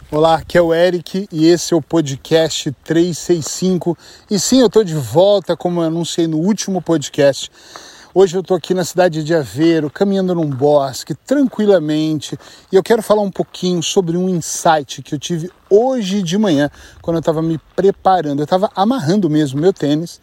Olá, aqui é o Eric e esse é o podcast 365. E sim, eu estou de volta, como eu anunciei no último podcast. Hoje eu estou aqui na cidade de Aveiro, caminhando num bosque, tranquilamente. E eu quero falar um pouquinho sobre um insight que eu tive hoje de manhã, quando eu estava me preparando. Eu estava amarrando mesmo meu tênis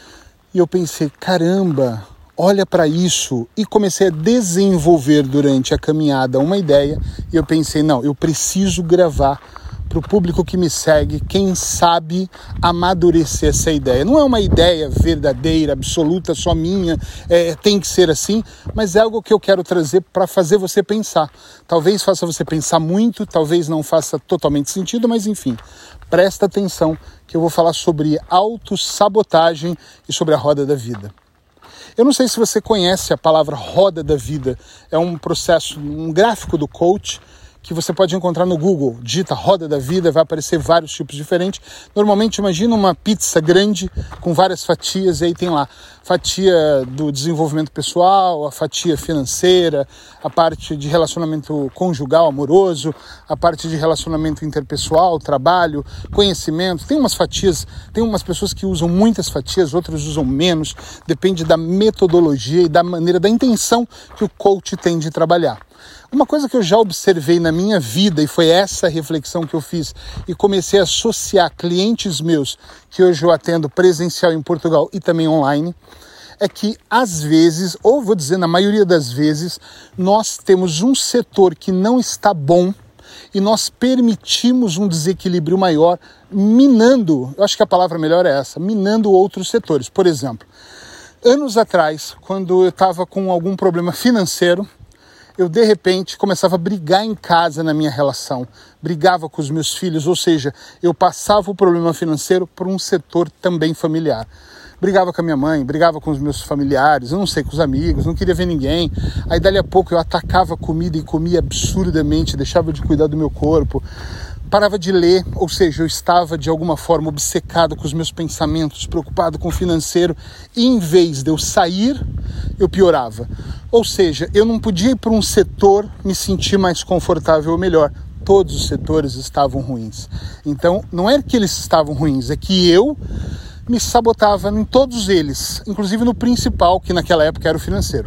e eu pensei, caramba, olha para isso, e comecei a desenvolver durante a caminhada uma ideia, e eu pensei, não, eu preciso gravar para o público que me segue, quem sabe amadurecer essa ideia. Não é uma ideia verdadeira, absoluta, só minha, tem que ser assim, mas é algo que eu quero trazer para fazer você pensar. Talvez faça você pensar muito, talvez não faça totalmente sentido, mas enfim, presta atenção que eu vou falar sobre autossabotagem e sobre a roda da vida. Eu não sei se você conhece a palavra roda da vida, é um processo, um gráfico do coach que você pode encontrar no Google, digita roda da vida, vai aparecer vários tipos diferentes. Normalmente imagina uma pizza grande com várias fatias e aí tem lá fatia do desenvolvimento pessoal, a fatia financeira, a parte de relacionamento conjugal, amoroso, a parte de relacionamento interpessoal, trabalho, conhecimento. Tem umas fatias, tem umas pessoas que usam muitas fatias, outras usam menos, depende da metodologia e da maneira, da intenção que o coach tem de trabalhar. Uma coisa que eu já observei na minha vida, e foi essa reflexão que eu fiz, e comecei a associar clientes meus, que hoje eu atendo presencial em Portugal e também online, é que às vezes, ou vou dizer na maioria das vezes, nós temos um setor que não está bom e nós permitimos um desequilíbrio maior, minando, eu acho que a palavra melhor é essa, minando outros setores. Por exemplo, anos atrás, quando eu estava com algum problema financeiro, eu de repente começava a brigar em casa na minha relação, brigava com os meus filhos, ou seja, eu passava o problema financeiro por um setor também familiar. Brigava com a minha mãe, brigava com os meus familiares, eu não sei, com os amigos, não queria ver ninguém. Aí dali a pouco eu atacava a comida e comia absurdamente, deixava de cuidar do meu corpo. Parava de ler, ou seja, eu estava de alguma forma obcecado com os meus pensamentos, preocupado com o financeiro, e em vez de eu sair, eu piorava. Ou seja, eu não podia ir para um setor me sentir mais confortável ou melhor. Todos os setores estavam ruins. Então, não é que eles estavam ruins, é que eu me sabotava em todos eles, inclusive no principal, que naquela época era o financeiro.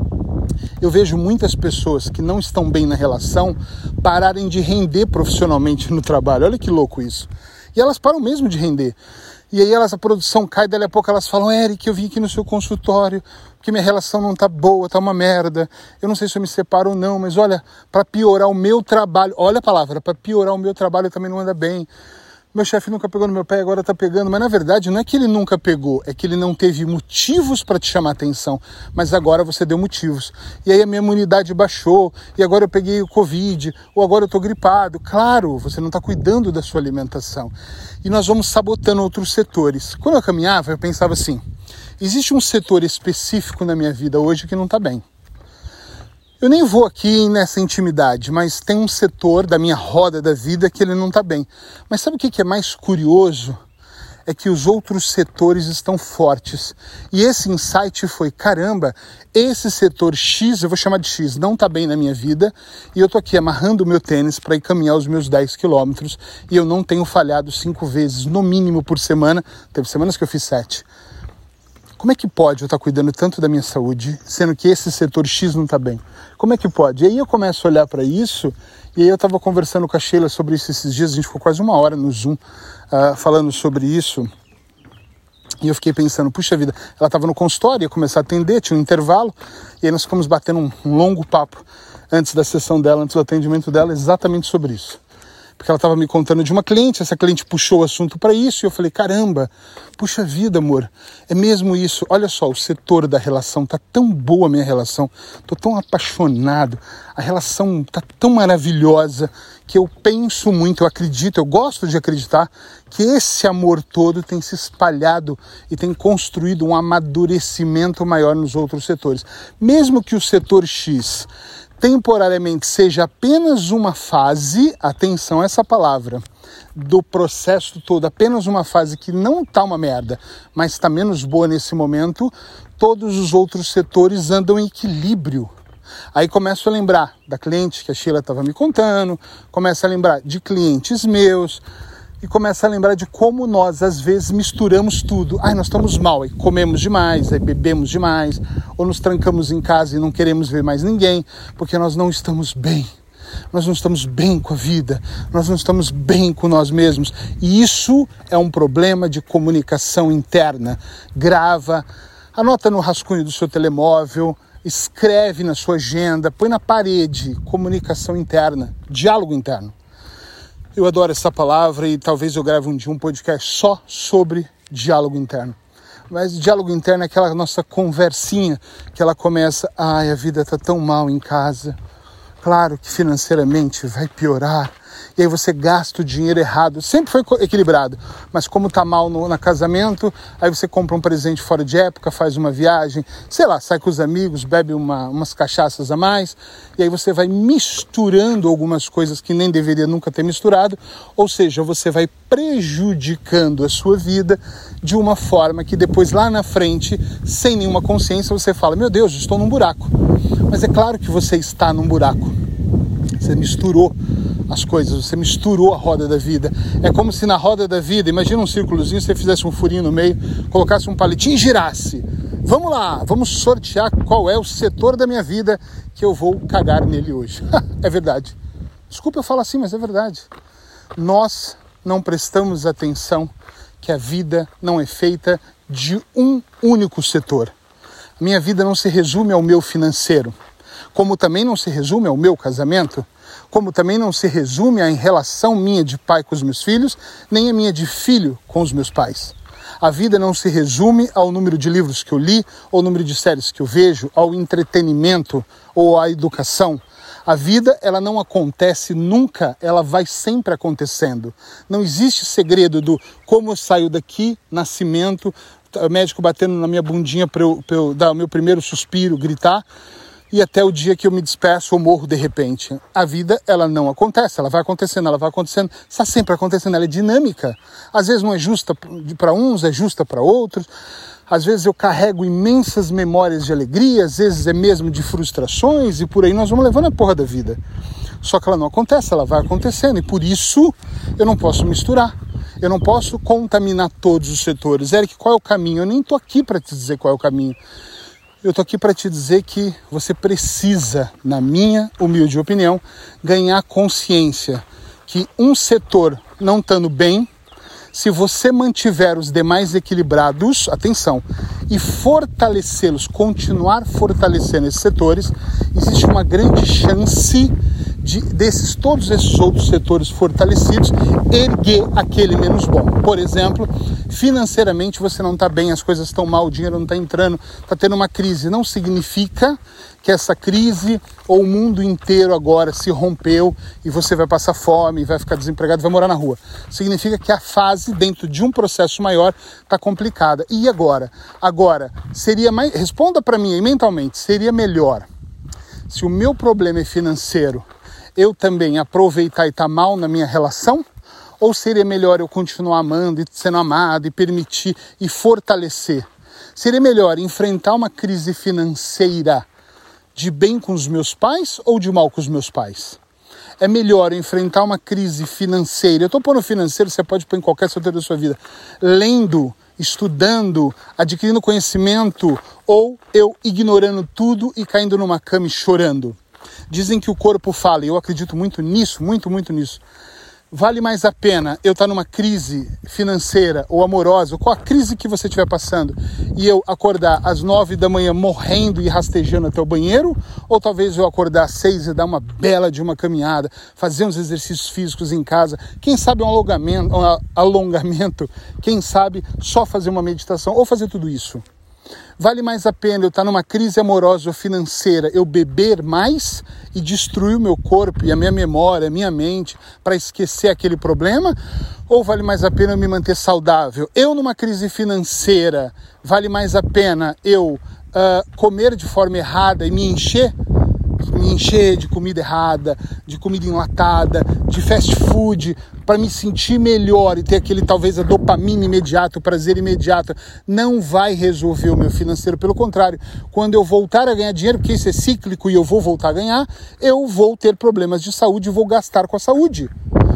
Eu vejo muitas pessoas que não estão bem na relação pararem de render profissionalmente no trabalho. Olha que louco isso. E elas param mesmo de render. E aí a produção cai, dali a pouco elas falam, Eric, eu vim aqui no seu consultório, porque minha relação não tá boa, tá uma merda. Eu não sei se eu me separo ou não, mas olha, para piorar o meu trabalho, olha a palavra, para piorar o meu trabalho também não anda bem. Meu chefe nunca pegou no meu pé, agora tá pegando. Mas na verdade não é que ele nunca pegou, é que ele não teve motivos para te chamar atenção. Mas agora você deu motivos. E aí a minha imunidade baixou, e agora eu peguei o Covid, ou agora eu tô gripado. Claro, você não tá cuidando da sua alimentação. E nós vamos sabotando outros setores. Quando eu caminhava, eu pensava assim, existe um setor específico na minha vida hoje que não tá bem. Eu nem vou aqui nessa intimidade, mas tem um setor da minha roda da vida que ele não está bem. Mas sabe o que é mais curioso? É que os outros setores estão fortes. E esse insight foi, caramba, esse setor X, eu vou chamar de X, não está bem na minha vida, e eu estou aqui amarrando o meu tênis para ir caminhar os meus 10 quilômetros, e eu não tenho falhado 5 vezes, no mínimo por semana. Teve semanas que eu fiz 7. Como é que pode eu estar cuidando tanto da minha saúde, sendo que esse setor X não está bem? Como é que pode? E aí eu começo a olhar para isso, e aí eu estava conversando com a Sheila sobre isso esses dias, a gente ficou quase 1 hora no Zoom falando sobre isso, e eu fiquei pensando, puxa vida, ela estava no consultório, ia começar a atender, tinha um intervalo, e aí nós ficamos batendo um longo papo antes da sessão dela, antes do atendimento dela, exatamente sobre isso. Porque ela estava me contando de uma cliente, essa cliente puxou o assunto para isso, e eu falei, caramba, puxa vida, amor, é mesmo isso. Olha só, o setor da relação, tá tão boa a minha relação, tô tão apaixonado, a relação tá tão maravilhosa, que eu penso muito, eu acredito, eu gosto de acreditar, que esse amor todo tem se espalhado e tem construído um amadurecimento maior nos outros setores. Mesmo que o setor X temporariamente seja apenas uma fase, atenção a essa palavra, do processo todo, apenas uma fase que não está uma merda, mas está menos boa nesse momento, todos os outros setores andam em equilíbrio. Aí começo a lembrar da cliente que a Sheila estava me contando, começo a lembrar de clientes meus, e começa a lembrar de como nós, às vezes, misturamos tudo. Nós estamos mal, aí comemos demais, aí bebemos demais, ou nos trancamos em casa e não queremos ver mais ninguém, porque nós não estamos bem. Nós não estamos bem com a vida, nós não estamos bem com nós mesmos. E isso é um problema de comunicação interna. Grava, anota no rascunho do seu telemóvel, escreve na sua agenda, põe na parede, comunicação interna, diálogo interno. Eu adoro essa palavra e talvez eu grave um dia um podcast só sobre diálogo interno. Mas diálogo interno é aquela nossa conversinha que ela começa, a vida está tão mal em casa, claro que financeiramente vai piorar, e aí você gasta o dinheiro errado, sempre foi equilibrado, mas como tá mal no casamento, aí você compra um presente fora de época, faz uma viagem, sei lá, sai com os amigos, bebe umas cachaças a mais, e aí você vai misturando algumas coisas que nem deveria nunca ter misturado, ou seja, você vai prejudicando a sua vida de uma forma que depois lá na frente, sem nenhuma consciência, você fala, meu Deus, estou num buraco. Mas é claro que você está num buraco. Você misturou as coisas, você misturou a roda da vida. É como se na roda da vida, imagina um círculozinho, você fizesse um furinho no meio, colocasse um palitinho e girasse. Vamos lá, vamos sortear qual é o setor da minha vida que eu vou cagar nele hoje. É verdade. Desculpa eu falar assim, mas é verdade. Nós não prestamos atenção que a vida não é feita de um único setor. Minha vida não se resume ao meu financeiro, como também não se resume ao meu casamento, como também não se resume à relação minha de pai com os meus filhos, nem a minha de filho com os meus pais. A vida não se resume ao número de livros que eu li, ao número de séries que eu vejo, ao entretenimento ou à educação. A vida, ela não acontece nunca, ela vai sempre acontecendo. Não existe segredo do como eu saio daqui, nascimento, o médico batendo na minha bundinha para eu dar o meu primeiro suspiro, gritar, e até o dia que eu me despeço ou morro de repente. A vida, ela não acontece, ela vai acontecendo, está sempre acontecendo, ela é dinâmica. Às vezes não é justa para uns, é justa para outros. Às vezes eu carrego imensas memórias de alegria, às vezes é mesmo de frustrações, e por aí nós vamos levando a porra da vida. Só que ela não acontece, ela vai acontecendo, e por isso eu não posso misturar. Eu não posso contaminar todos os setores. Eric, qual é o caminho? Eu nem estou aqui para te dizer qual é o caminho. Eu estou aqui para te dizer que você precisa, na minha humilde opinião, ganhar consciência que um setor não estando bem, se você mantiver os demais equilibrados, atenção, e fortalecê-los, continuar fortalecendo esses setores, existe uma grande chance de todos esses outros setores fortalecidos erguer aquele menos bom. Por exemplo, financeiramente você não está bem, as coisas estão mal, o dinheiro não está entrando, está tendo uma crise. Não significa que essa crise ou o mundo inteiro agora se rompeu e você vai passar fome, vai ficar desempregado, vai morar na rua. Significa que a fase dentro de um processo maior está complicada. E agora? Agora, seria mais... Responda para mim aí mentalmente, seria melhor se o meu problema é financeiro, eu também aproveitar e estar mal na minha relação? Ou seria melhor eu continuar amando e sendo amado e permitir e fortalecer? Seria melhor enfrentar uma crise financeira de bem com os meus pais ou de mal com os meus pais? É melhor enfrentar uma crise financeira. Eu estou pondo financeiro, você pode pôr em qualquer setor da sua vida. Lendo, estudando, adquirindo conhecimento, ou eu ignorando tudo e caindo numa cama e chorando. Dizem que o corpo fala, e eu acredito muito nisso, muito nisso. Vale mais a pena eu estar numa crise financeira ou amorosa, ou qual a crise que você estiver passando, e eu acordar às 9 da manhã morrendo e rastejando até o banheiro? Ou talvez eu acordar às 6 e dar uma bela de uma caminhada, fazer uns exercícios físicos em casa, quem sabe um alongamento, quem sabe só fazer uma meditação, ou fazer tudo isso? Vale mais a pena eu estar numa crise amorosa ou financeira, eu beber mais e destruir o meu corpo e a minha memória, a minha mente, para esquecer aquele problema? Ou vale mais a pena eu me manter saudável? Eu numa crise financeira, vale mais a pena eu comer de forma errada e me encher? me encher de comida errada, de comida enlatada, de fast food, para me sentir melhor e ter aquele, talvez, a dopamina imediata, o prazer imediato, não vai resolver o meu financeiro. Pelo contrário, quando eu voltar a ganhar dinheiro, porque isso é cíclico e eu vou voltar a ganhar, eu vou ter problemas de saúde e vou gastar com a saúde.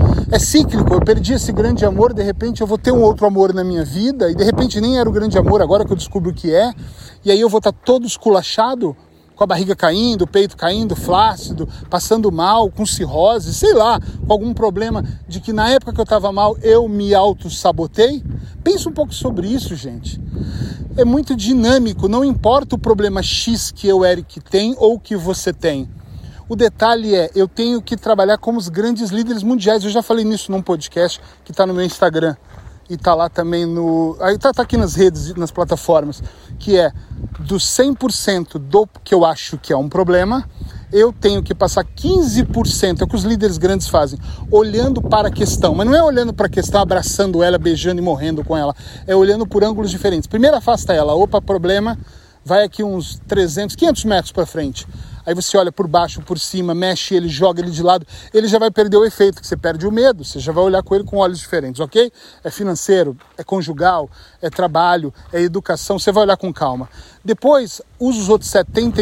É cíclico, eu perdi esse grande amor, de repente eu vou ter um outro amor na minha vida, e de repente nem era o grande amor, agora que eu descubro o que é, e aí eu vou estar todo esculachado, com a barriga caindo, o peito caindo, flácido, passando mal, com cirrose, sei lá, com algum problema de que na época que eu estava mal eu me auto-sabotei. Pensa um pouco sobre isso, gente. É muito dinâmico, não importa o problema X que eu, Eric, tem ou que você tem. O detalhe é, eu tenho que trabalhar como os grandes líderes mundiais. Eu já falei nisso num podcast que está no meu Instagram. E está lá também no... Aí tá aqui nas redes, nas plataformas. Que é, do 100% do que eu acho que é um problema, eu tenho que passar 15%, é o que os líderes grandes fazem, olhando para a questão. Mas não é olhando para a questão, abraçando ela, beijando e morrendo com ela. É olhando por ângulos diferentes. Primeiro afasta ela. Opa, problema. Vai aqui uns 300, 500 metros para frente. Aí você olha por baixo, por cima, mexe ele, joga ele de lado, ele já vai perder o efeito, que você perde o medo, você já vai olhar com ele com olhos diferentes, ok? É financeiro, é conjugal, é trabalho, é educação, você vai olhar com calma. Depois, usa os outros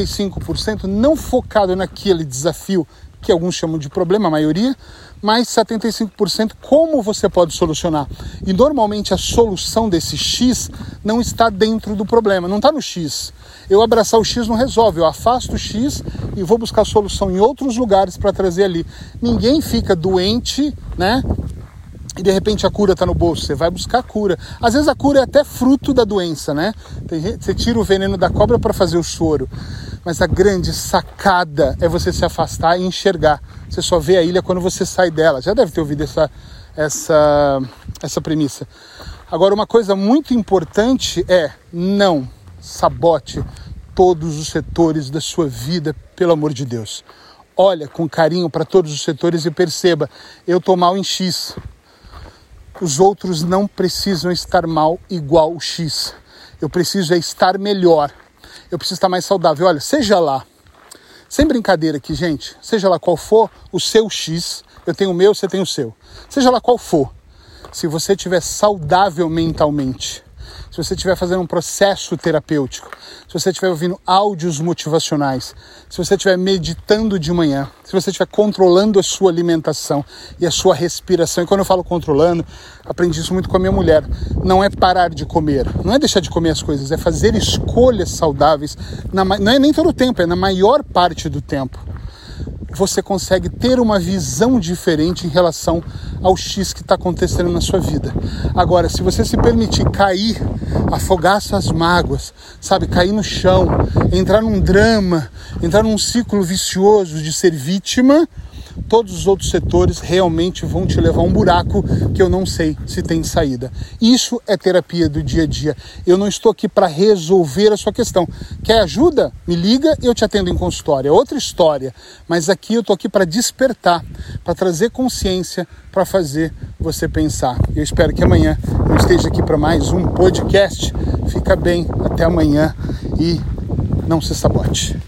75%, não focado naquele desafio, que alguns chamam de problema, a maioria, mas 75% como você pode solucionar. E normalmente a solução desse X não está dentro do problema, não está no X. Eu abraçar o X não resolve, eu afasto o X e vou buscar solução em outros lugares para trazer ali. Ninguém fica doente, né? E de repente a cura está no bolso, você vai buscar a cura. Às vezes a cura é até fruto da doença, né? Você tira o veneno da cobra para fazer o soro. Mas a grande sacada é você se afastar e enxergar. Você só vê a ilha quando você sai dela. Já deve ter ouvido essa premissa. Agora, uma coisa muito importante é não sabote todos os setores da sua vida, pelo amor de Deus. Olha com carinho para todos os setores e perceba, eu estou mal em X. Os outros não precisam estar mal igual o X. Eu preciso estar melhor. Eu preciso estar mais saudável. Olha, seja lá, sem brincadeira aqui, gente, seja lá qual for o seu X, eu tenho o meu, você tem o seu. Seja lá qual for, se você estiver saudável mentalmente, se você estiver fazendo um processo terapêutico, se você estiver ouvindo áudios motivacionais, se você estiver meditando de manhã, se você estiver controlando a sua alimentação e a sua respiração. E quando eu falo controlando, aprendi isso muito com a minha mulher. Não é parar de comer, não é deixar de comer as coisas, é fazer escolhas saudáveis. Não é nem todo o tempo, é na maior parte do tempo. Você consegue ter uma visão diferente em relação ao X que está acontecendo na sua vida. Agora, se você se permitir cair, afogar suas mágoas, sabe, cair no chão, entrar num drama, entrar num ciclo vicioso de ser vítima, todos os outros setores realmente vão te levar a um buraco que eu não sei se tem saída. Isso é terapia do dia a dia. Eu não estou aqui para resolver a sua questão. Quer ajuda? Me liga e eu te atendo em consultório. É outra história. Mas aqui eu estou aqui para despertar, para trazer consciência, para fazer você pensar. Eu espero que amanhã eu esteja aqui para mais um podcast. Fica bem, até amanhã e não se sabote.